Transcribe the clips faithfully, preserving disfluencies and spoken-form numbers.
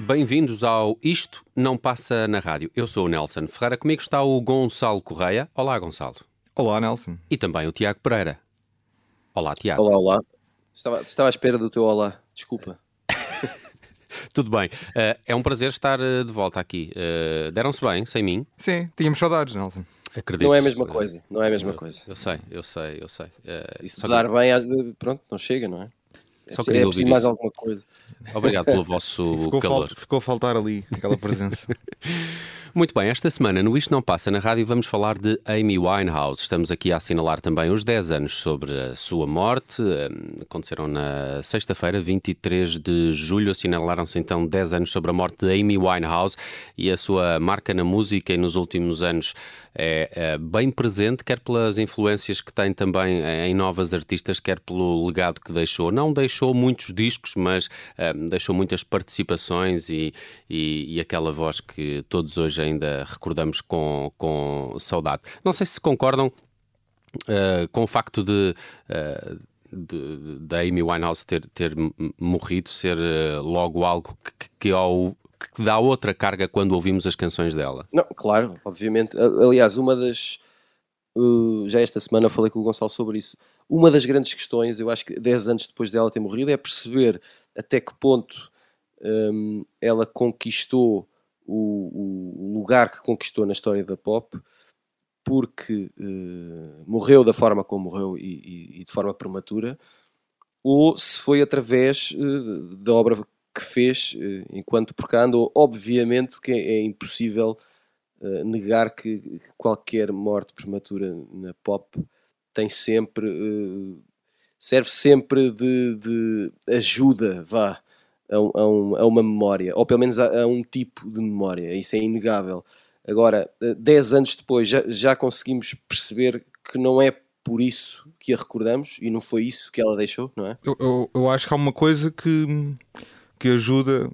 bem-vindos ao Isto Não Passa na Rádio. Eu sou o Nelson Ferreira, comigo está o Gonçalo Correia. Olá, Gonçalo. Olá, Nelson. E também o Tiago Pereira. Olá, Tiago. Olá, olá. Estava, estava à espera do teu olá, desculpa. Tudo bem. Uh, é um prazer estar uh, de volta aqui. Uh, deram-se bem, sem mim? Sim, tínhamos saudades, Nelson. Acredito. Não é a mesma coisa, não é a mesma eu, coisa. Eu sei, eu sei, eu sei. Uh, e se dar que... bem, pronto, não chega, não é? Só é, é preciso mais isso. alguma coisa. Obrigado pelo vosso Sim, ficou calor. Fal- ficou a faltar ali aquela presença. Muito bem, esta semana no Isto Não Passa na Rádio vamos falar de Amy Winehouse. Estamos aqui a assinalar também os dez anos sobre a sua morte. Aconteceram na sexta-feira, vinte e três de julho. Assinalaram-se então dez anos sobre a morte de Amy Winehouse e a sua marca na música e nos últimos anos é, é bem presente, quer pelas influências que tem também em novas artistas, quer pelo legado que deixou. Não deixou muitos discos, mas um, deixou muitas participações e, e, e aquela voz que todos hoje ainda recordamos com, com saudade. Não sei se concordam uh, com o facto de, uh, de, de Amy Winehouse ter, ter morrido, ser uh, logo algo que, que, ao, que dá outra carga quando ouvimos as canções dela. Não, claro, obviamente. Aliás, uma das... Uh, já esta semana falei com o Gonçalo sobre isso. Uma das grandes questões, eu acho que dez anos depois dela ter morrido, é perceber até que ponto um, ela conquistou O, o lugar que conquistou na história da pop, porque uh, morreu da forma como morreu e, e, e de forma prematura, ou se foi através uh, da obra que fez uh, enquanto por cá andou. Obviamente que é, é impossível uh, negar que qualquer morte prematura na pop tem sempre uh, serve sempre de, de ajuda, vá, A, um, a, um, a uma memória, ou pelo menos a, a um tipo de memória, isso é inegável. Agora, dez anos depois, já, já conseguimos perceber que não é por isso que a recordamos e não foi isso que ela deixou, não é? Eu, eu, eu acho que há uma coisa que, que ajuda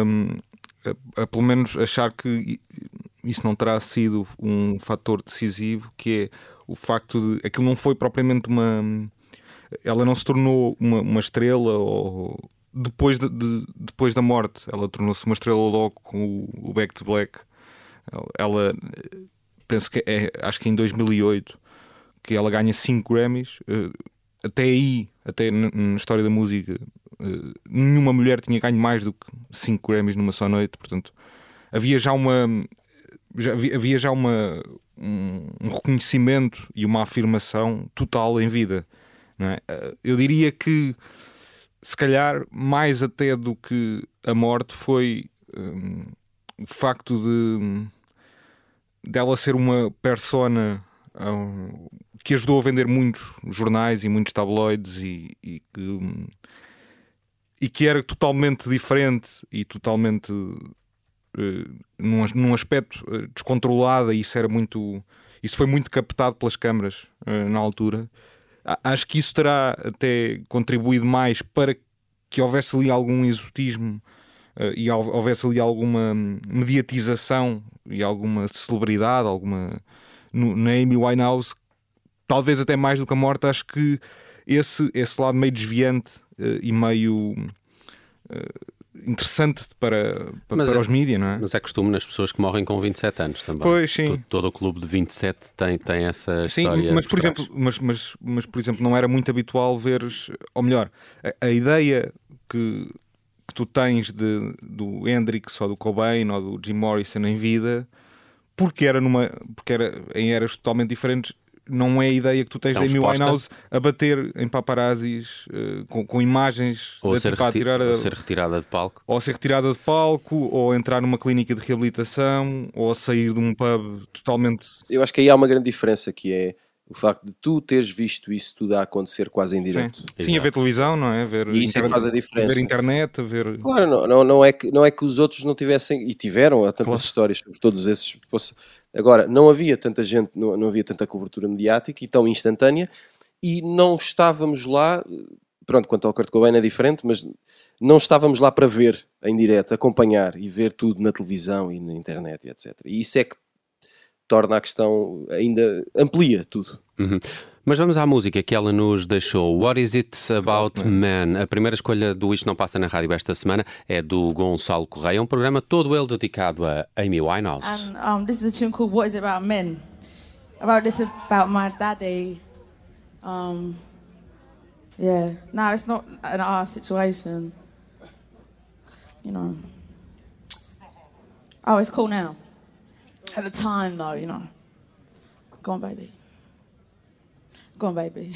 a, a, a, a pelo menos achar que isso não terá sido um fator decisivo, que é o facto de aquilo não foi propriamente uma... Ela não se tornou uma, uma estrela ou... Depois, de, de, depois da morte, ela tornou-se uma estrela logo com o, o Back to Black. Ela, penso que é, acho que em dois mil e oito, que ela ganha cinco Grammys. Até aí, até na história da música, nenhuma mulher tinha ganho mais do que cinco Grammys numa só noite. Portanto, havia já uma, já havia, havia já uma, um, um reconhecimento e uma afirmação total em vida, não é? Eu diria que se calhar mais até do que a morte foi um, o facto de dela ser uma persona um, que ajudou a vender muitos jornais e muitos tabloides e, e, que, um, e que era totalmente diferente e totalmente uh, num, num aspecto uh, descontrolado, e isso era muito, isso foi muito captado pelas câmaras uh, na altura. Acho que isso terá até contribuído mais para que houvesse ali algum exotismo uh, e houvesse ali alguma mediatização e alguma celebridade, alguma... No, na Amy Winehouse, talvez até mais do que a morte. Acho que esse, esse lado meio desviante uh, e meio... Uh, interessante para, para, para é, os mídias, não é? Mas é costume nas pessoas que morrem com vinte e sete anos também. Pois, sim. Todo, todo o clube de vinte e sete tem, tem essa sim, história. Mas por, por exemplo, mas, mas, mas, por exemplo, não era muito habitual veres, ou melhor, a, a ideia que, que tu tens de, do Hendrix ou do Cobain ou do Jim Morrison em vida, porque era, numa, porque era em eras totalmente diferentes, não é a ideia que tu tens da Amy Winehouse a bater em paparazzis uh, com, com imagens ou, a ser, tipo, reti- a tirar a, ou ser retirada de palco, ou a ser retirada de palco, ou entrar numa clínica de reabilitação, ou a sair de um pub totalmente... Eu acho que aí há uma grande diferença, que é o facto de tu teres visto isso tudo a acontecer quase em direto. Sim, Sim a ver televisão, não é? Ver e isso internet, é que faz a diferença. A ver internet, a ver... Claro, não, não, não, é que, não é que os outros não tivessem, e tiveram há tantas claro. histórias sobre todos esses... Agora, não havia tanta gente, não, não havia tanta cobertura mediática e tão instantânea, e não estávamos lá, pronto, quanto ao Kurt Cobain é diferente, mas não estávamos lá para ver em direto, acompanhar e ver tudo na televisão e na internet e etcétera. E isso é que torna a questão, ainda amplia tudo. Uhum. Mas vamos à música que ela nos deixou. What Is It About Man? A primeira escolha do Isto Não Passa na Rádio esta semana é do Gonçalo Correia, um programa todo ele dedicado a Amy Winehouse. And um, this is a tune called What Is It About Men? About this about my daddy. Um, yeah, no, it's not an our situation. You know. Oh, it's cool now. At the time, though, you know. Go on, baby. Go on, baby.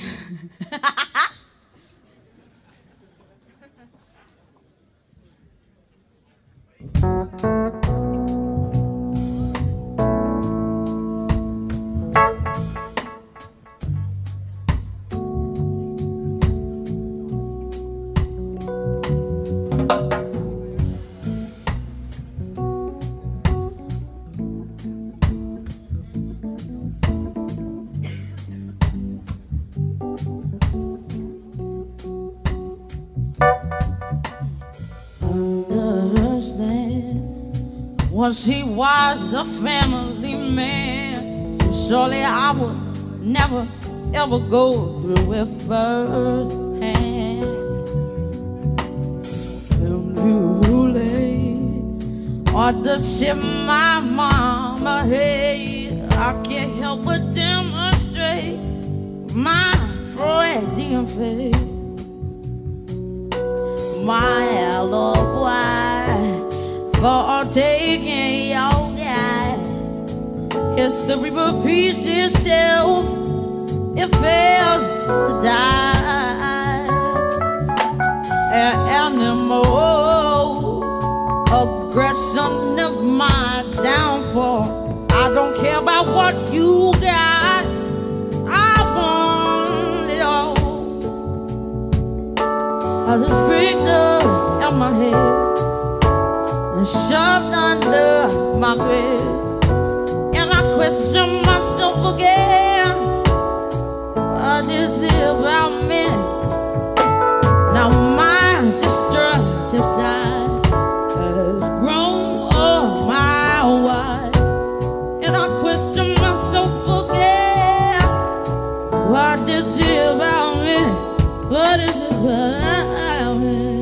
Once he was a family man, so surely I would never ever go through it first hand. Or the shit my mama had, I can't help but demonstrate my Freudian faith. My alibi for taking your guy. History repeats itself, it fails to die. An animal aggression is my downfall. I don't care about what you got, I want it all. I just picked up in my head and shoved under my bed, and I question myself again. What is it about me? Now my destructive side has grown all my wide, and I question myself again. What is it about me? What is it about me?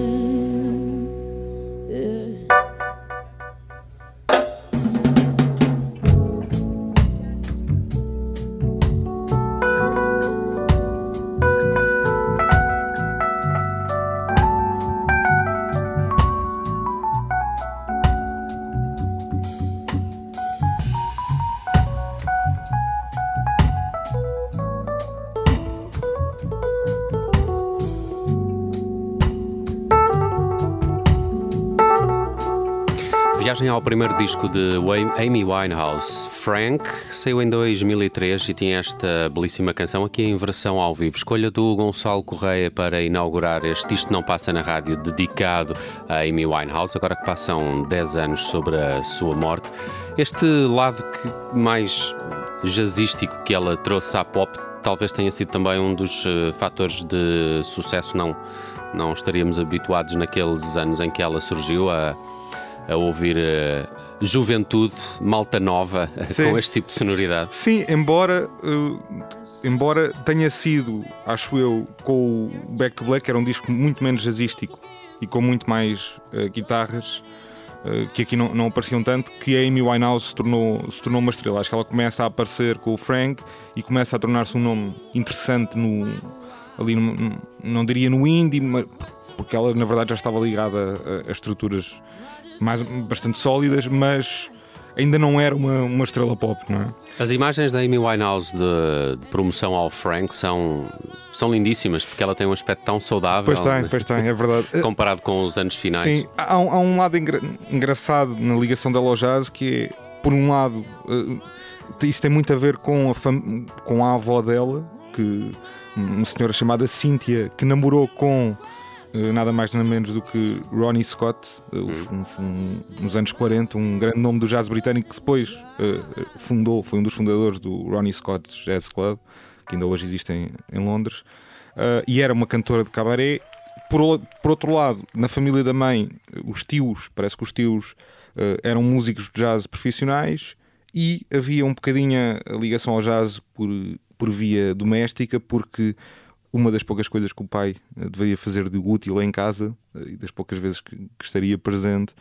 Viagem ao primeiro disco de Amy Winehouse. Frank saiu em dois mil e três e tinha esta belíssima canção aqui em versão ao vivo. Escolha do Gonçalo Correia para inaugurar este Isto Não Passa na Rádio, dedicado a Amy Winehouse, agora que passam dez anos sobre a sua morte. Este lado que mais jazzístico que ela trouxe à pop talvez tenha sido também um dos uh, fatores de sucesso. Não, não estaríamos habituados naqueles anos em que ela surgiu a a ouvir uh, juventude, malta nova, com este tipo de sonoridade. Sim, embora, uh, embora tenha sido, acho eu, com o Back to Black, que era um disco muito menos jazzístico e com muito mais uh, guitarras, uh, que aqui não, não apareciam tanto, que a Amy Winehouse se tornou, se tornou uma estrela. Acho que ela começa a aparecer com o Frank e começa a tornar-se um nome interessante no, ali, no, não diria no indie, mas, porque ela na verdade já estava ligada a, a estruturas mais, bastante sólidas, mas ainda não era uma, uma estrela pop, não é? As imagens da Amy Winehouse de, de promoção ao Frank são, são lindíssimas, porque ela tem um aspecto tão saudável. Pois tem, pois tem, é verdade. Comparado com os anos finais. Sim, há, há um lado engra, engraçado na ligação dela ao jazz, que é, por um lado, uh, isso tem muito a ver com a, fam- com a avó dela, que, uma senhora chamada Cynthia, que namorou com Uh, nada mais nada menos do que Ronnie Scott, uh, hum. um, um, nos anos quarenta, um grande nome do jazz britânico, que depois uh, fundou, foi um dos fundadores do Ronnie Scott Jazz Club, que ainda hoje existe em, em Londres, uh, e era uma cantora de cabaré. Por, por outro lado, na família da mãe, os tios, parece que os tios uh, eram músicos de jazz profissionais, e havia um bocadinho a ligação ao jazz por por via doméstica, porque uma das poucas coisas que o pai deveria fazer de útil em casa, e das poucas vezes que, que estaria presente,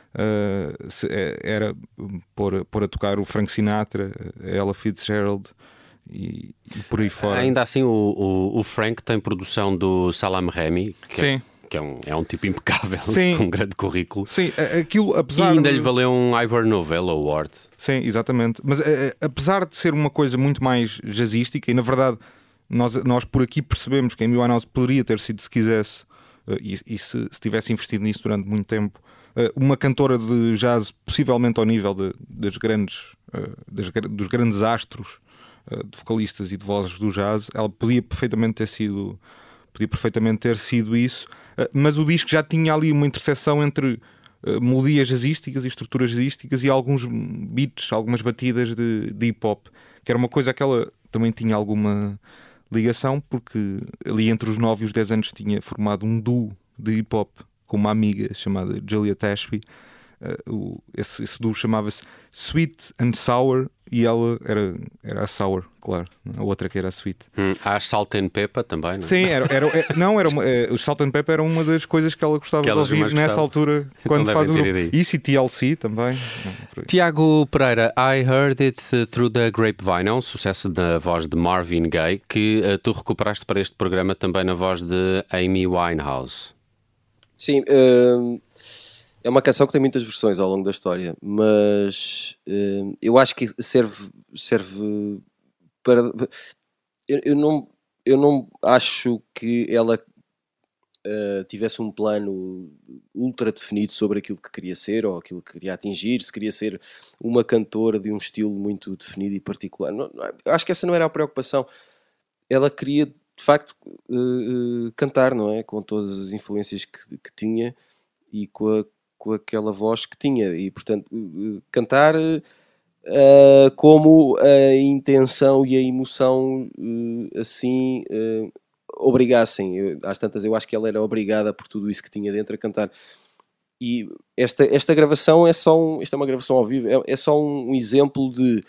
uh, se, era pôr, pôr a tocar o Frank Sinatra, a Ella Fitzgerald e, e por aí fora. Ainda assim, o, o, o Frank tem produção do Salam Remy, que Sim. é, que é, um, é um tipo impecável, Sim. com um grande currículo. Sim, aquilo, apesar e ainda de... lhe valeu um Ivor Novello Award. Sim, exatamente. Mas a, a, apesar de ser uma coisa muito mais jazzística, e na verdade nós, nós por aqui percebemos que a Amy Winehouse poderia ter sido, se quisesse, uh, e, e se, se tivesse investido nisso durante muito tempo, uh, uma cantora de jazz possivelmente ao nível de, das grandes, uh, das, dos grandes astros uh, de vocalistas e de vozes do jazz. Ela podia perfeitamente ter sido, podia perfeitamente ter sido isso, uh, mas o disco já tinha ali uma interseção entre uh, melodias jazzísticas e estruturas jazzísticas e alguns beats, algumas batidas de, de hip-hop, que era uma coisa que ela também tinha alguma ligação, porque ali entre os nove e os dez anos tinha formado um duo de hip-hop com uma amiga chamada Juliet Ashby. Uh, o, esse, esse duo chamava-se Sweet and Sour e ela era, era a Sour, claro, a outra que era a Sweet. Hum, há Salt and Pepper também, não é? Sim, era, era, era, não, era uma, é, o Salt and Pepper era uma das coisas que ela gostava que de ouvir nessa gostava. altura, quando Então faz o devem ter grupo. ido aí. Isso e T L C também. Não, Tiago Pereira, I Heard It Through the Grapevine, é um sucesso da voz de Marvin Gaye, que uh, tu recuperaste para este programa também na voz de Amy Winehouse. Sim, uh, é uma canção que tem muitas versões ao longo da história, mas uh, eu acho que serve, serve para... Eu, eu, não, eu não acho que ela uh, tivesse um plano ultra definido sobre aquilo que queria ser ou aquilo que queria atingir, se queria ser uma cantora de um estilo muito definido e particular. Não, não, acho que essa não era a preocupação. Ela queria, de facto, uh, uh, cantar, não é? Com todas as influências que, que tinha e com, a, com aquela voz que tinha. E, portanto, uh, cantar uh, como a intenção e a emoção uh, assim uh, obrigassem. Eu, às tantas, eu acho que ela era obrigada por tudo isso que tinha dentro a cantar. E esta, esta gravação é só um, esta é uma gravação ao vivo, é, é só um, um exemplo de...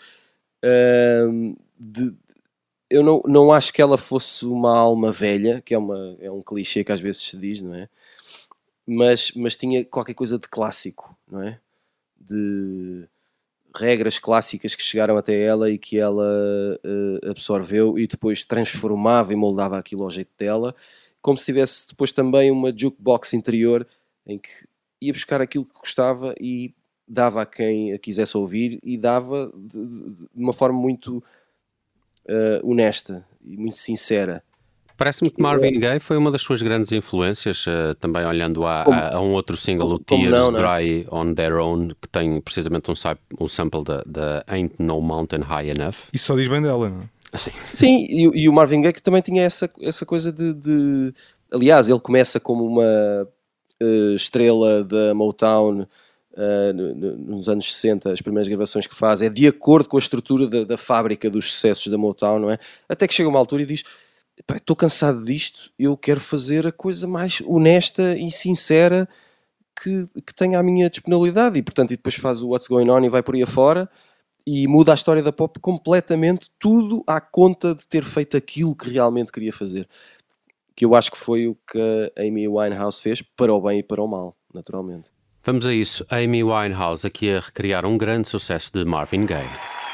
Uh, de eu não, não acho que ela fosse uma alma velha, que é, uma, é um clichê que às vezes se diz, não é? Mas, mas tinha qualquer coisa de clássico, não é? De regras clássicas que chegaram até ela e que ela uh, absorveu e depois transformava e moldava aquilo ao jeito dela, como se tivesse depois também uma jukebox interior em que ia buscar aquilo que gostava e dava a quem a quisesse ouvir e dava de, de uma forma muito... Uh, honesta e muito sincera. Parece-me que Marvin Gaye foi uma das suas grandes influências, uh, também olhando a, como, a, a um outro single, como, o Tears não, não? Dry on Their Own, que tem precisamente um, um sample da Ain't No Mountain High Enough. Isso só diz bem dela, não é? Sim, Sim, e, e o Marvin Gaye que também tinha essa, essa coisa de, de... Aliás, ele começa como uma uh, estrela da Motown. Uh, nos anos sessenta, as primeiras gravações que faz é de acordo com a estrutura da, da fábrica dos sucessos da Motown, não é? Até que chega uma altura e diz: estou cansado disto, eu quero fazer a coisa mais honesta e sincera que, que tenha à minha disponibilidade. E portanto, e depois faz o What's Going On e vai por aí afora e muda a história da pop completamente, tudo à conta de ter feito aquilo que realmente queria fazer, que eu acho que foi o que a Amy Winehouse fez, para o bem e para o mal, naturalmente. Vamos a isso. Amy Winehouse aqui a recriar um grande sucesso de Marvin Gaye.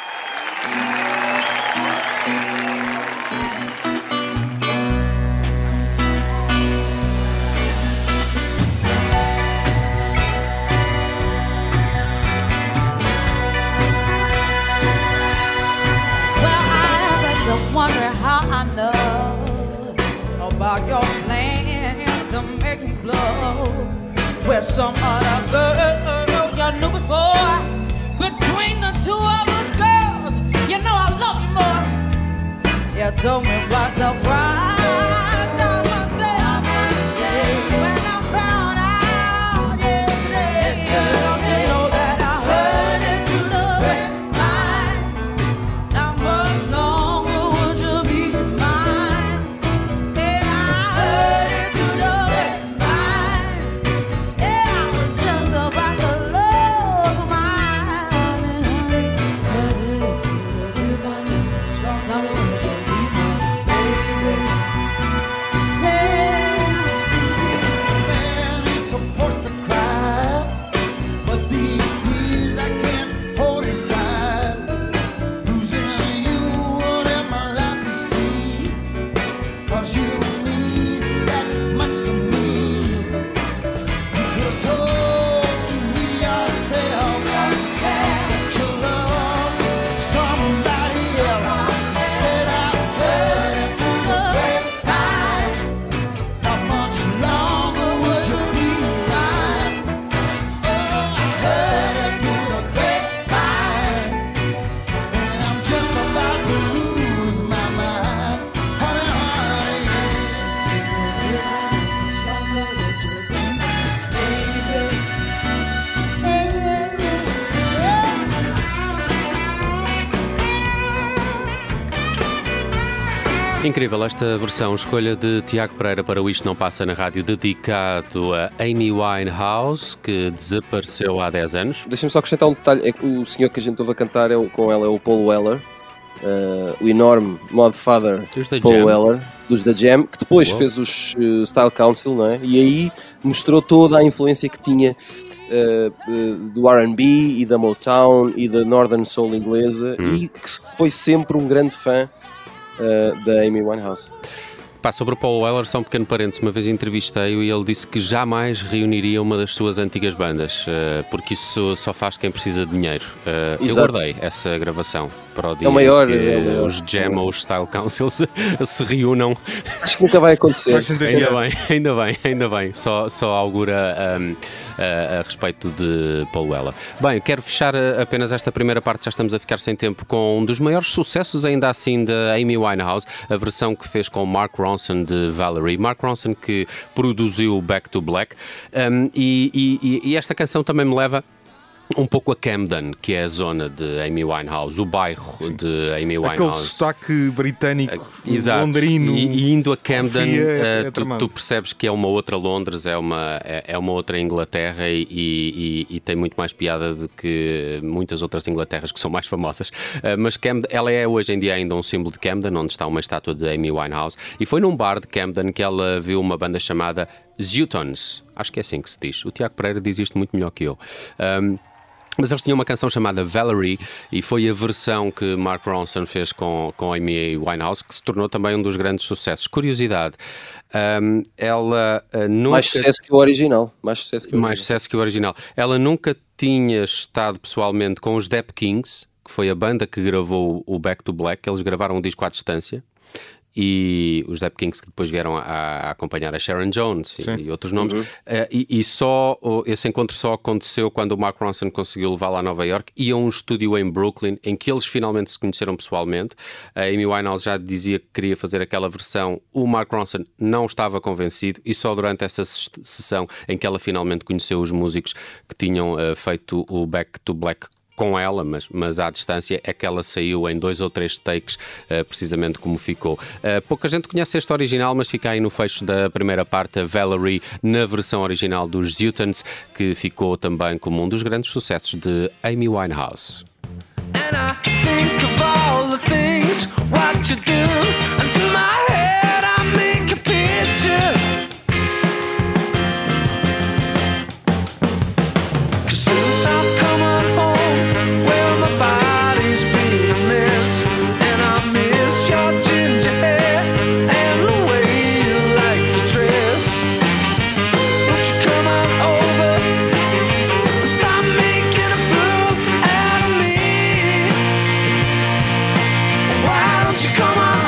Well, I bet you wonder how I know about your plans to make me blow. With some other girl you knew before. Between the two of us girls, you know I love you more. You told me by surprise. I must say, I must say, when I found out yesterday, don't you know that I heard it through the grapevine? How much longer would you be mine? And I heard it through the grapevine. Incrível esta versão, escolha de Tiago Pereira para o Isto Não Passa na Rádio, dedicado a Amy Winehouse, que desapareceu há dez anos. Deixa-me só acrescentar um detalhe, é que o senhor que a gente ouve a cantar é, o- com ela é o Paul Weller, uh, o enorme Modfather Dos da Paul Jam. Weller, dos da Jam, que depois Uou. fez os uh, Style Council, não é? E aí mostrou toda a influência que tinha uh, uh, do R and B e da Motown e da Northern Soul inglesa, Hum. e que foi sempre um grande fã uh, da Amy Winehouse. Pá, sobre o Paul Weller, só um pequeno parênteses. Uma vez entrevistei-o e ele disse que jamais reuniria uma das suas antigas bandas, uh, porque isso só faz quem precisa de dinheiro. Uh, eu Exato. guardei essa gravação para o dia o maior, em que é o maior. os Jam ou os Style Council se, se reúnam. Acho que nunca vai acontecer. Faz sentido. Ainda bem, ainda bem, ainda bem. Só, só augura um, a, a respeito de Paul Weller. Bem, quero fechar uh, apenas esta primeira parte, já estamos a ficar sem tempo, com um dos maiores sucessos ainda assim da Amy Winehouse, a versão que fez com Mark Ronson de Valerie. Mark Ronson que produziu Back to Black, um, e, e, e esta canção também me leva um pouco a Camden, que é a zona de Amy Winehouse, o bairro de Amy Aquele Winehouse. sotaque britânico, Exato. londrino. E, e indo a Camden, Sofia, é- eh, é tu, tramado. tu percebes que é uma outra Londres, é uma, é, é uma outra Inglaterra e, e- e tem muito mais piada do que muitas outras Inglaterras que são mais famosas. Eh, mas Camden, ela é hoje em dia ainda um símbolo de Camden, onde está uma estátua de Amy Winehouse. E foi num bar de Camden que ela viu uma banda chamada Zutons. Acho que é assim que se diz. O Tiago Pereira diz isto muito melhor que eu. Um, Mas eles tinham uma canção chamada Valerie e foi a versão que Mark Ronson fez com, com Amy Winehouse que se tornou também um dos grandes sucessos. Curiosidade, um, ela uh, nunca... Mais sucesso que o original. Mais sucesso que o mais original. sucesso que o original. Ela nunca tinha estado pessoalmente com os Dap Kings, que foi a banda que gravou o Back to Black. Eles gravaram um disco à distância. E os Dap Kings que depois vieram a, a acompanhar a Sharon Jones e, Sim. e outros nomes. Uhum. Uh, e, e só o- esse encontro só aconteceu quando o Mark Ronson conseguiu levá-la a Nova York e a um estúdio em Brooklyn em que eles finalmente se conheceram pessoalmente. A Amy Winehouse já dizia que queria fazer aquela versão, o Mark Ronson não estava convencido e só durante essa ses- sessão em que ela finalmente conheceu os músicos que tinham uh, feito o Back to Black com ela, mas, mas à distância, é que ela saiu em dois ou três takes, uh, precisamente como ficou. Uh, pouca gente conhece este original, mas fica aí no fecho da primeira parte, a Valerie, na versão original dos Zutons, que ficou também como um dos grandes sucessos de Amy Winehouse. And I think of all the things what you do, and in my head I make a picture. 'Cause since I've come on home, well my body's been a mess, and I miss your ginger hair and the way you like to dress. Won't you come on over and stop making a fool out of me? Why don't you come on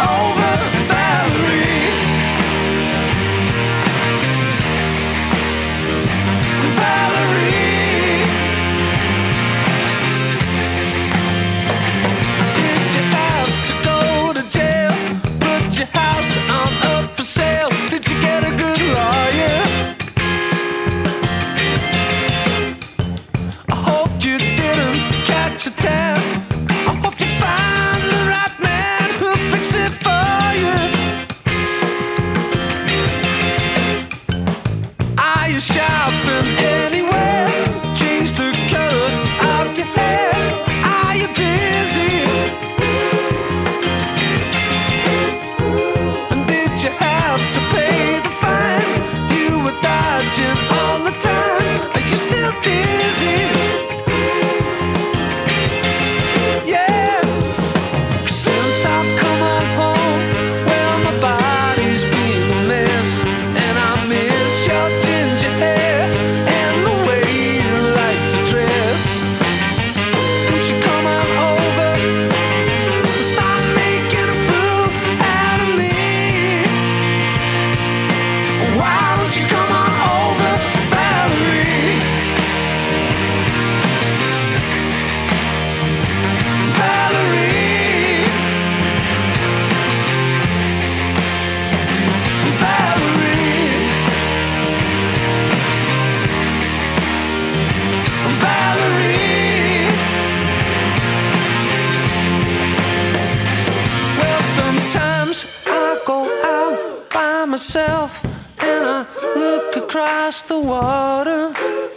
myself and I look across the water,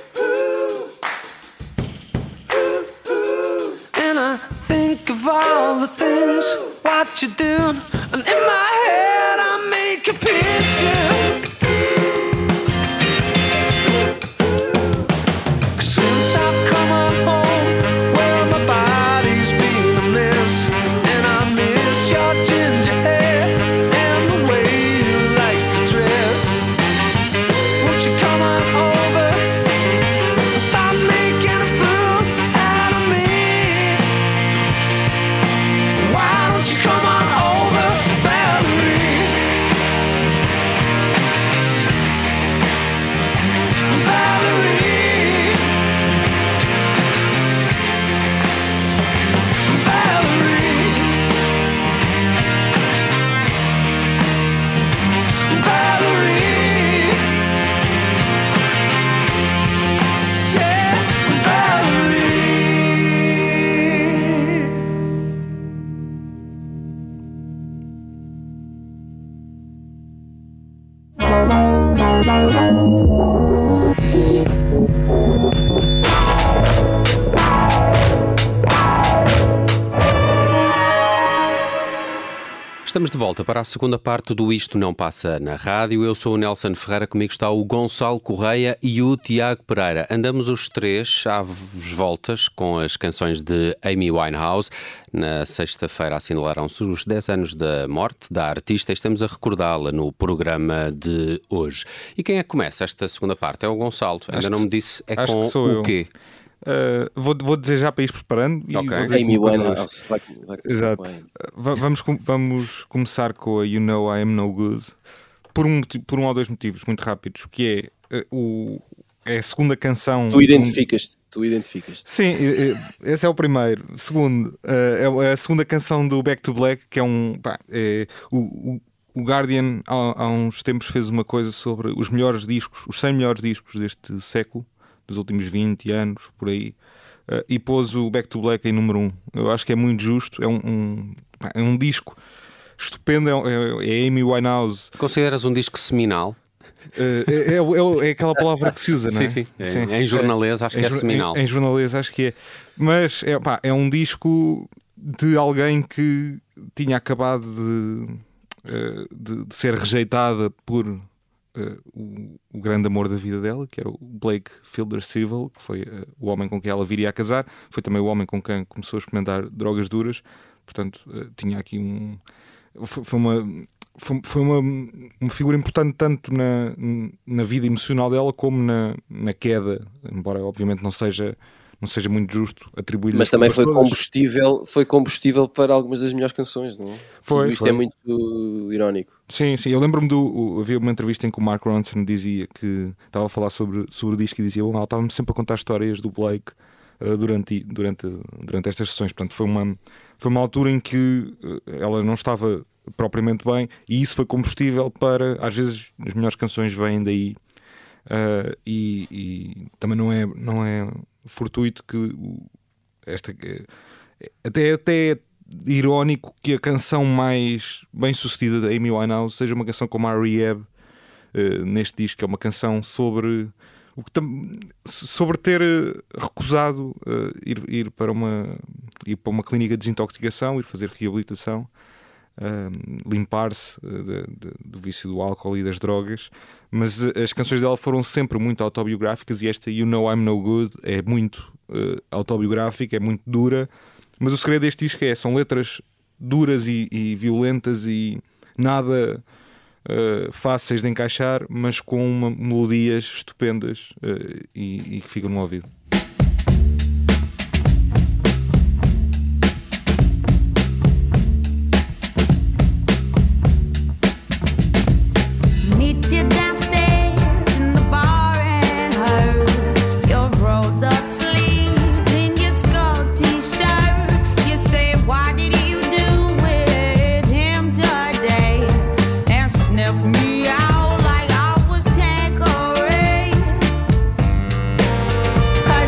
and I think of all the things what you're doing, and in my head I make a picture. Estamos de volta para a segunda parte do Isto Não Passa na Rádio. Eu sou o Nelson Ferreira, comigo está o Gonçalo Correia e o Tiago Pereira. Andamos os três às voltas com as canções de Amy Winehouse. Na sexta-feira assinalaram-se os dez anos da morte da artista e estamos a recordá-la no programa de hoje. E quem é que começa esta segunda parte? É o Gonçalo. Ainda acho não me disse é acho com que sou o eu. quê? Uh, vou, vou dizer já para ir preparando. E Ok. vou dizer Amy uma coisa Winehouse. Vai, vai Exato. bem. Va- Vamos, com- vamos começar com a You Know I Am No Good por um, moti- por um ou dois motivos muito rápidos, que é, uh, o, é a segunda canção. Tu identificas-te, tu identificas-te. Sim, eh, eh, esse é o primeiro. Segundo, eh, é a segunda canção do Back to Black, que é um. Pá, é, o, o, o Guardian há, há uns tempos fez uma coisa sobre os melhores discos, os cem melhores discos deste século, dos últimos vinte anos, por aí, uh, e pôs o Back to Black em número um. Eu acho que é muito justo. É um, um, pá, é um disco estupendo. É, é, é Amy Winehouse. Consideras um disco seminal? Uh, é, é, é aquela palavra que se usa, não é? Sim, sim. É, em jornalês acho em, que é jor- seminal. Em, em jornalês acho que é. Mas é, pá, é um disco de alguém que tinha acabado de, uh, de, de ser rejeitada por uh, o, o grande amor da vida dela, que era o Blake Fielder-Civil, que foi uh, o homem com quem ela viria a casar. Foi também o homem com quem começou a experimentar drogas duras. Portanto, uh, tinha aqui um... Foi, foi uma... Foi, foi uma, uma figura importante tanto na, na vida emocional dela como na, na queda, embora obviamente não seja, não seja muito justo atribuir-lhe. Mas as também culpas foi todas. combustível, foi combustível para algumas das melhores canções, não é? Foi, Tudo isto foi. é muito irónico. Sim, sim, eu lembro-me do. o- Havia uma entrevista em que o Mark Ronson dizia que estava a falar sobre, sobre o disco e dizia: Bom, ela estava-me sempre a contar histórias do Blake uh, durante, durante, durante estas sessões. Portanto, foi uma, foi uma altura em que uh, ela não estava propriamente bem e isso foi combustível para. Às vezes, as melhores canções vêm daí. Uh, e, e também não é, não é fortuito que o- esta. Até, até é irónico que a canção mais bem sucedida da Amy Winehouse seja uma canção como a Rehab, uh, neste disco, que é uma canção sobre o que tam- sobre ter uh, recusado uh, ir, ir, para uma, ir para uma clínica de desintoxicação, ir fazer reabilitação, uh, limpar-se uh, de- de- do vício do álcool e das drogas. Mas uh, as canções dela foram sempre muito autobiográficas e esta You Know I'm No Good é muito uh, autobiográfica, é muito dura. Mas o segredo deste disco é, são letras duras e, e violentas e nada uh, fáceis de encaixar, mas com uma, melodias estupendas uh, e, e que ficam no ouvido. Meet you downstairs in the bar and her. Your rolled up sleeves in your skull t-shirt. You say, what did you do with him today? And sniff me out like I was Tanqueray. 'Cause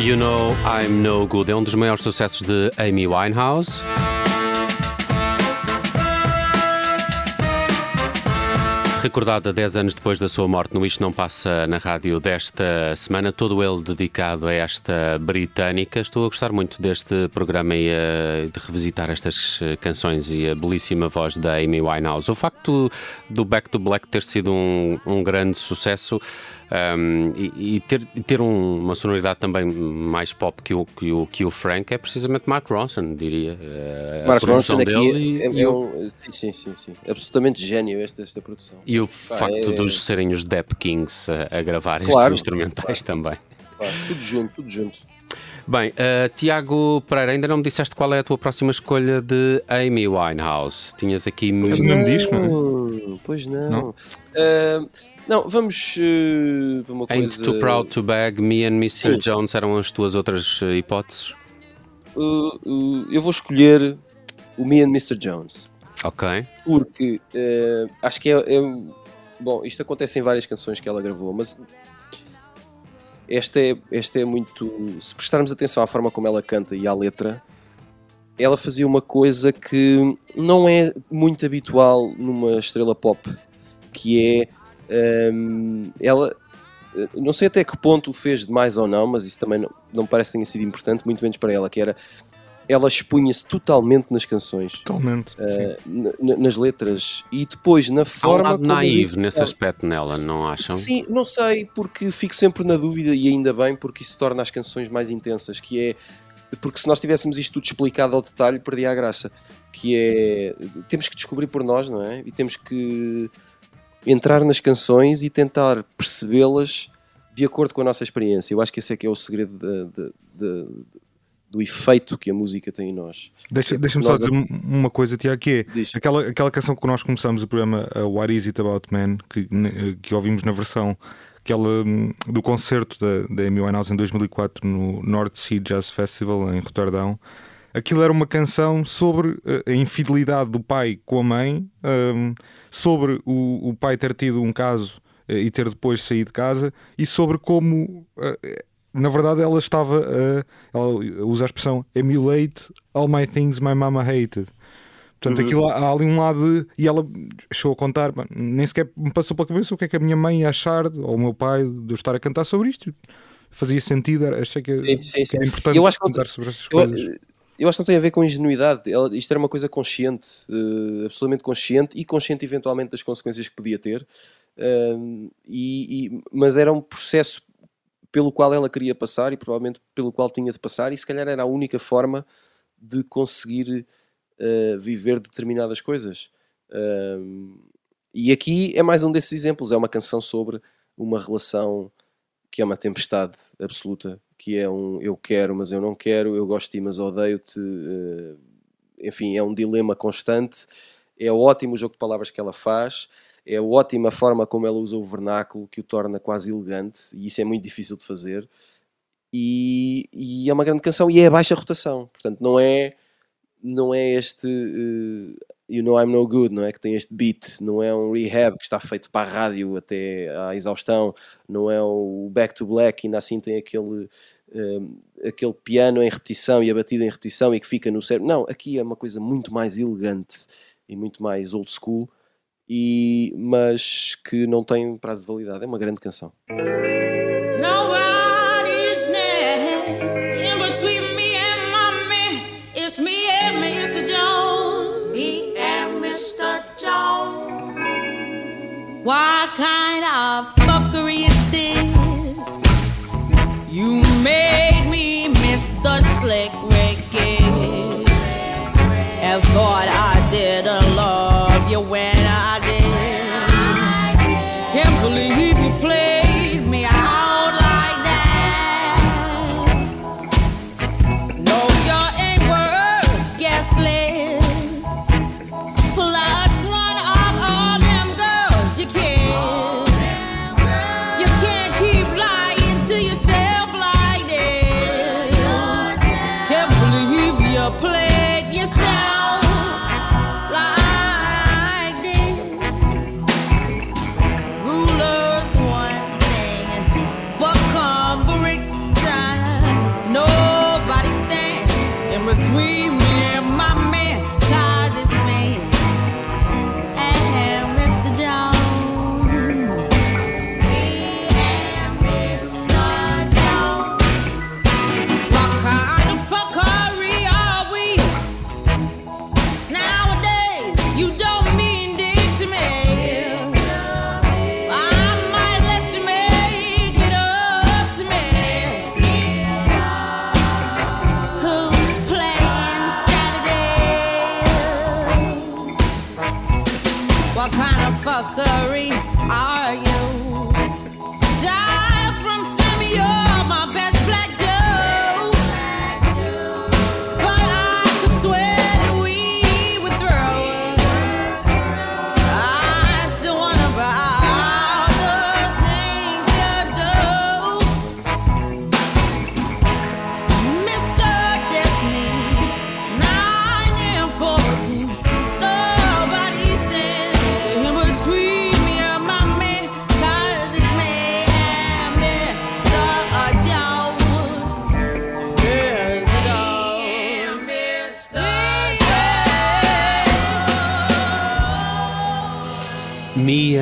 You Know I'm No Good é um dos maiores sucessos de Amy Winehouse. Recordada dez anos depois da sua morte no Isto Não Passa na Rádio desta semana, todo ele dedicado a esta britânica. Estou a gostar muito deste programa e a, de revisitar estas canções e a belíssima voz da Amy Winehouse. O facto do Back to Black ter sido um, um grande sucesso um, e, e ter, ter um, uma sonoridade também mais pop que o, que o, que o Frank é precisamente Mark Ronson, diria. A Mark Ronson aqui dele é, e, é um, sim, sim, sim, absolutamente gênio esta, esta produção. E o Pá, facto é... dos serem os Dap Kings a, a gravar claro, estes instrumentais claro, também. Claro, tudo junto, tudo junto. Bem, uh, Tiago Pereira, ainda não me disseste qual é a tua próxima escolha de Amy Winehouse. Tinhas aqui... Pois no mesmo disco, não é? Pois não. Não, uh, não vamos uh, para uma Ain't coisa... Too Proud to Beg, Me and mister Sim. Jones eram as tuas outras uh, hipóteses? Uh, uh, eu vou escolher o Me and mister Jones. Ok. Porque uh, acho que é, é... Bom, isto acontece em várias canções que ela gravou, mas... Esta é, esta é muito... Se prestarmos atenção à forma como ela canta e à letra, ela fazia uma coisa que não é muito habitual numa estrela pop, que é... Um, ela... Não sei até que ponto o fez demais ou não, mas isso também não, não me parece que tenha sido importante, muito menos para ela, que era... Ela expunha-se totalmente nas canções. Totalmente. Uh, nas letras e depois na forma. Há um lado como naive nesse aspecto nela, não acham? Sim, não sei, porque fico sempre na dúvida e ainda bem, porque isso torna as canções mais intensas, que é... Porque se nós tivéssemos isto tudo explicado ao detalhe, perdia a graça. Que é... Temos que descobrir por nós, não é? E temos que entrar nas canções e tentar percebê-las de acordo com a nossa experiência. Eu acho que esse é que é o segredo de, de, de, do efeito que a música tem em nós. Deixa, Deixa-me só dizer uma coisa, Tiago, que é aquela, aquela canção que nós começamos o programa, uh, What Is It About Man, que, que ouvimos na versão aquela, do concerto da, da Amy Winehouse em dois mil e quatro no North Sea Jazz Festival em Roterdão. Aquilo era uma canção sobre a infidelidade do pai com a mãe, um, sobre o, o pai ter tido um caso uh, e ter depois saído de casa, e sobre como... Uh, na verdade ela estava a, ela usa a expressão emulate all my things my mama hated. Portanto, uhum. aquilo, há ali um lado de, e ela chegou a contar, nem sequer me passou pela cabeça o que é que a minha mãe ia achar, ou o meu pai, de eu estar a cantar sobre isto. Fazia sentido, achei que, sim, sim, sim. que era importante eu acho que contar não, sobre essas eu, coisas. Eu acho que não tem a ver com ingenuidade. Ela, isto era uma coisa consciente, uh, absolutamente consciente, e consciente eventualmente das consequências que podia ter, uh, e, e, mas era um processo pelo qual ela queria passar e provavelmente pelo qual tinha de passar, e se calhar era a única forma de conseguir uh, viver determinadas coisas. Uh, e aqui é mais um desses exemplos. É uma canção sobre uma relação que é uma tempestade absoluta, que é um eu quero, mas eu não quero, eu gosto de ti, mas odeio-te. Uh, enfim, é um dilema constante. É ótimo o jogo de palavras que ela faz. É ótima a forma como ela usa o vernáculo, que o torna quase elegante, e isso é muito difícil de fazer. E, e é uma grande canção, e é a baixa rotação. Portanto, não é, não é este uh, You Know I'm No Good, não é? Que tem este beat. Não é um Rehab que está feito para a rádio até à exaustão. Não é o Back to Black, ainda assim tem aquele, uh, aquele piano em repetição e a batida em repetição e que fica no cérebro. Não, aqui é uma coisa muito mais elegante e muito mais old school. E, mas que não tem prazo de validade. É uma grande canção. Nobody's next in between me and mommy. It's me and mister Jones. Me and mister Jones. What kind of fuckery is this? You made me Mister Slick Ricky. And thought I didn't love you when I can't believe you played me out like that. No, you ain't worth guess less. Plus one of all them girls you kiss. You can't keep lying to yourself like this. Can't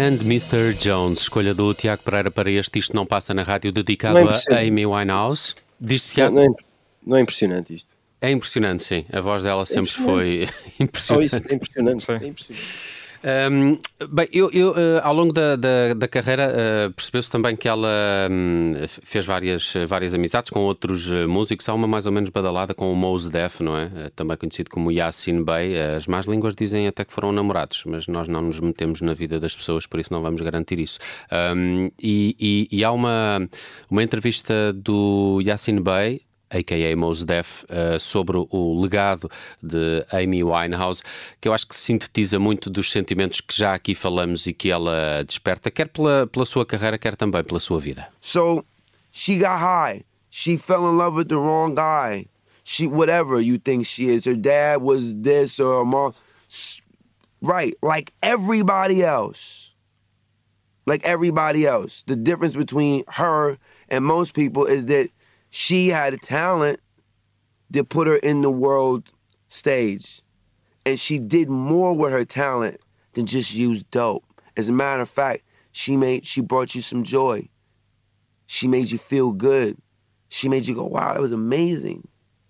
and mister Jones, escolha do Tiago Pereira para este Isto Não Passa na Rádio, dedicado Não é a impressionante. Amy Winehouse. Diz-se que Não, há- não, é, não é impressionante isto. é impressionante, sim. A voz dela sempre foi Só impressionante. isso é impressionante. Sim. É impressionante. Um, bem, eu, eu, uh, ao longo da, da, da carreira uh, percebeu-se também que ela um, fez várias, várias amizades com outros uh, músicos. Há uma mais ou menos badalada com o Mos Def, não é? Uh, também conhecido como Yasin Bey. Uh, as más línguas dizem até que foram namorados, mas nós não nos metemos na vida das pessoas, por isso não vamos garantir isso. Um, e, e, e há uma, uma entrevista do Yasin Bey, a k a. Mos Def, uh, sobre o legado de Amy Winehouse, que eu acho que sintetiza muito dos sentimentos que já aqui falamos e que ela desperta, quer pela, pela sua carreira, quer também pela sua vida. So she got high. She fell in love with the wrong guy. She, whatever you think she is. Her dad was this or her mom. S- Right, like everybody else. Like everybody else. The difference between her and most people is that she had a talent that put her in the world stage. And she did more with her talent than just use dope. As a matter of fact, she made she brought you some joy. She made you feel good. She made you go, wow, that was amazing.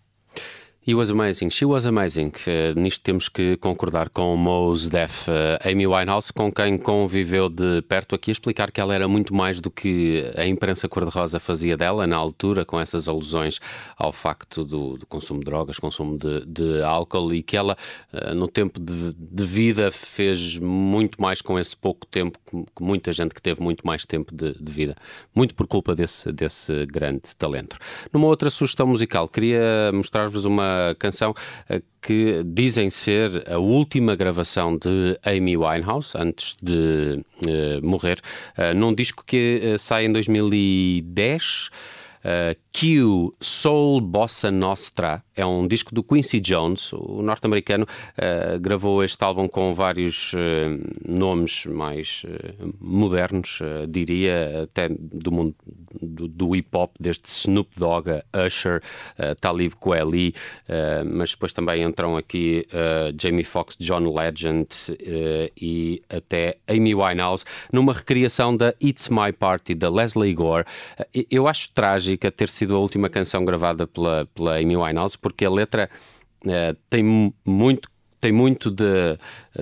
He was amazing, she was amazing. Uh, nisto temos que concordar com o Mos Def. Uh, Amy Winehouse, com quem conviveu de perto, aqui a explicar que ela era muito mais do que a imprensa cor-de-rosa fazia dela na altura, com essas alusões ao facto do, do consumo de drogas, consumo de, de álcool, e que ela, uh, no tempo de, de vida, fez muito mais com esse pouco tempo que, que muita gente que teve muito mais tempo de, de vida. Muito por culpa desse, desse grande talento. Numa outra sugestão musical, queria mostrar-vos uma canção que dizem ser a última gravação de Amy Winehouse antes de uh, morrer, uh, num disco que uh, sai em dois mil e dez. Uh, Q Soul Bossa Nostra é um disco do Quincy Jones, o norte-americano. Uh, gravou este álbum com vários uh, nomes mais uh, modernos, uh, diria, até do mundo do, do hip-hop, desde Snoop Dogg, a Usher, uh, Talib Kweli, uh, mas depois também entram aqui uh, Jamie Foxx, John Legend uh, e até Amy Winehouse, numa recriação da It's My Party, da Leslie Gore. Uh, eu acho trágico a ter sido a última canção gravada pela, pela Amy Winehouse, porque a letra uh, tem muito tem muito de,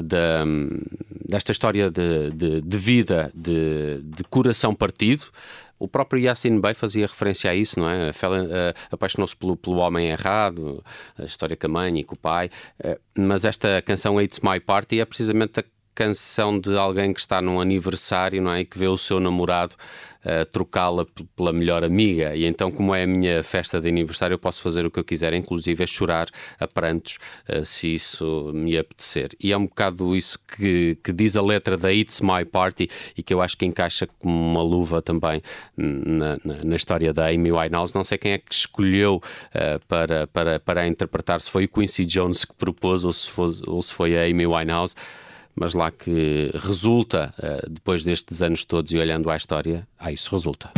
de, desta história de, de, de vida, de, de coração partido. O próprio Yasin Bey fazia referência a isso, não é? Uh, apaixonou-se pelo, pelo homem errado, a história com a mãe e com o pai, uh, mas esta canção It's My Party é precisamente a canção de alguém que está num aniversário, não é? E que vê o seu namorado uh, trocá-la p- pela melhor amiga, e então, como é a minha festa de aniversário, eu posso fazer o que eu quiser, inclusive é chorar a prantos, uh, se isso me apetecer. E é um bocado isso que, que diz a letra da It's My Party, e que eu acho que encaixa como uma luva também na, na, na história da Amy Winehouse. Não sei quem é que escolheu uh, para, para, para a interpretar, se foi o Quincy Jones que propôs ou se foi, ou se foi a Amy Winehouse. Mas lá que resulta, depois destes anos todos e olhando à história, ah, isso resulta.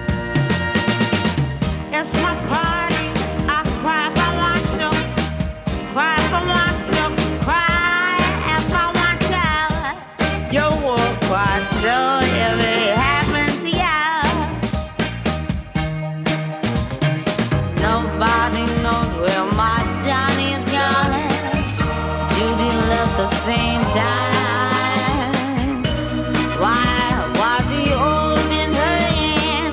It's my party. I cry if I want to. Cry if I want to. Cry if I want to. You will cry too if it happened to you. Nobody knows where my Johnny's gone. Judy left the same time. Why was he holding her hand?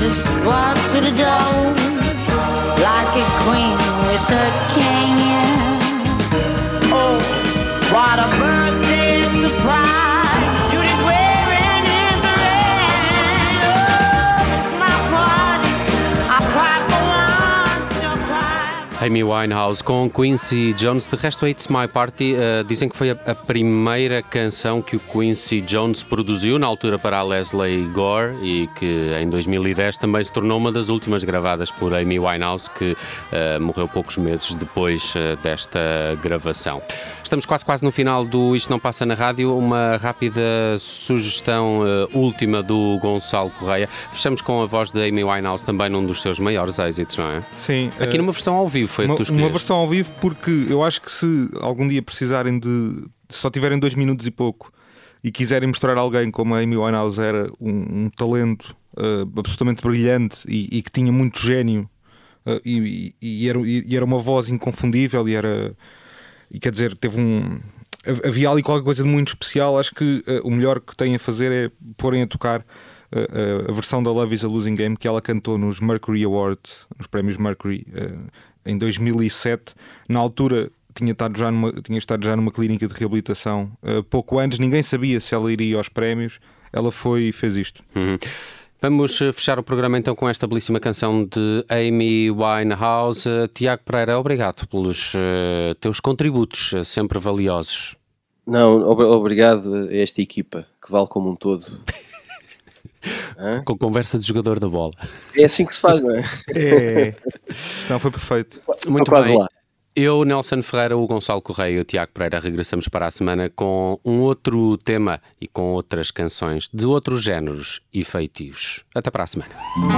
escort to the door, like a queen with a king. Oh, what a birthday surprise! Judy's wearing his ring. Oh, it's my party. I cry for once, you'll cry. Amy Winehouse com Quincy Jones. De resto, It's My Party uh, dizem que foi a, a primeira canção que o Quincy Jones produziu, na altura para a Leslie Gore, e que em dois mil e dez também se tornou uma das últimas gravadas por Amy Winehouse, que uh, morreu poucos meses depois uh, desta gravação. Estamos quase quase no final do Isto Não Passa na Rádio. Uma rápida sugestão uh, última do Gonçalo Correia. Fechamos com a voz de Amy Winehouse, também num dos seus maiores êxitos, não é? Sim. Aqui uh... numa versão ao vivo. Foi uma, que tu uma versão ao vivo, porque eu acho que se algum dia precisarem de, se só tiverem dois minutos e pouco e quiserem mostrar alguém como a Amy Winehouse era um, um talento uh, absolutamente brilhante e, e que tinha muito gênio uh, e, e, e, era, e era uma voz inconfundível e era, e quer dizer, teve um, havia ali qualquer coisa de muito especial. Acho que uh, o melhor que têm a fazer é porem a tocar uh, a versão da Love is a Losing Game que ela cantou nos Mercury Awards, nos prémios Mercury, uh, em dois mil e sete. Na altura tinha estado já numa, tinha estado já numa clínica de reabilitação uh, pouco antes, ninguém sabia se ela iria aos prémios, ela foi e fez isto. Uhum. Vamos fechar o programa então com esta belíssima canção de Amy Winehouse. Uh, Tiago Pereira, obrigado pelos uh, teus contributos, uh, sempre valiosos. Não, ob- obrigado a esta equipa, que vale como um todo. Hã? Com conversa de jogador da bola. É assim que se faz, não é? É. Não, foi perfeito. Muito quase bem. lá. Eu, Nelson Ferreira, o Gonçalo Correia e o Tiago Pereira regressamos para a semana com um outro tema e com outras canções de outros géneros e feitios. Até para a semana.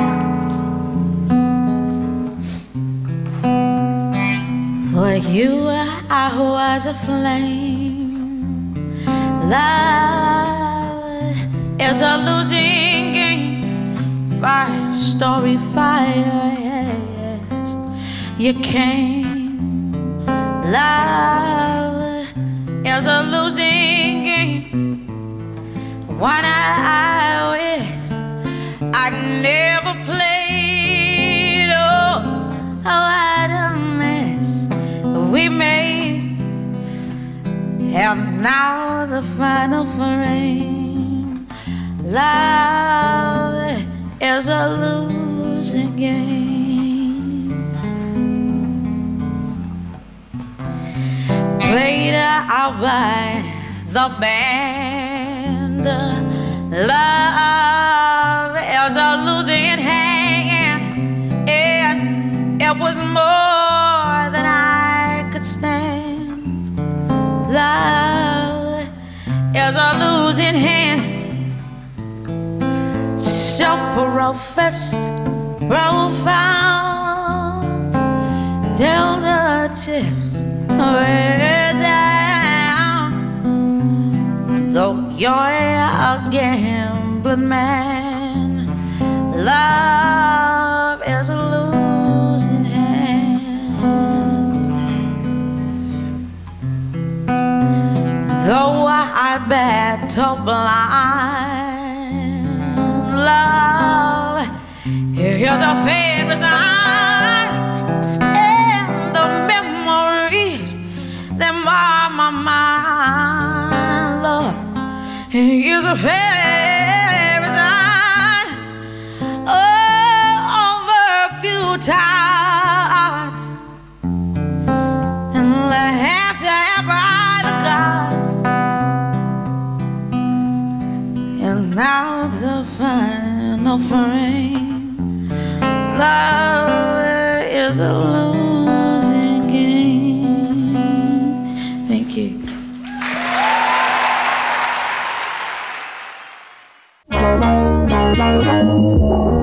For you I was a flame. Love is a losing game. Five-story fire, yes, you came. Love is a losing game. One I wish I never played. Oh, what a mess we made. And now the final frame. Love is a losing game. Played out by the band. Love is a losing hand. It, it was more than I could stand. Love is a losing hand. Self-professed, profound, till the tips way down. Though you're a gambling man, love is a losing hand. Though I battle blind, love here's a favorite sign, and the memories that mar my mind. Love here's a favorite sign. Oh, over a few times, and left there by the gods, and now the final frame. Love is a losing game. Thank you. Thank you.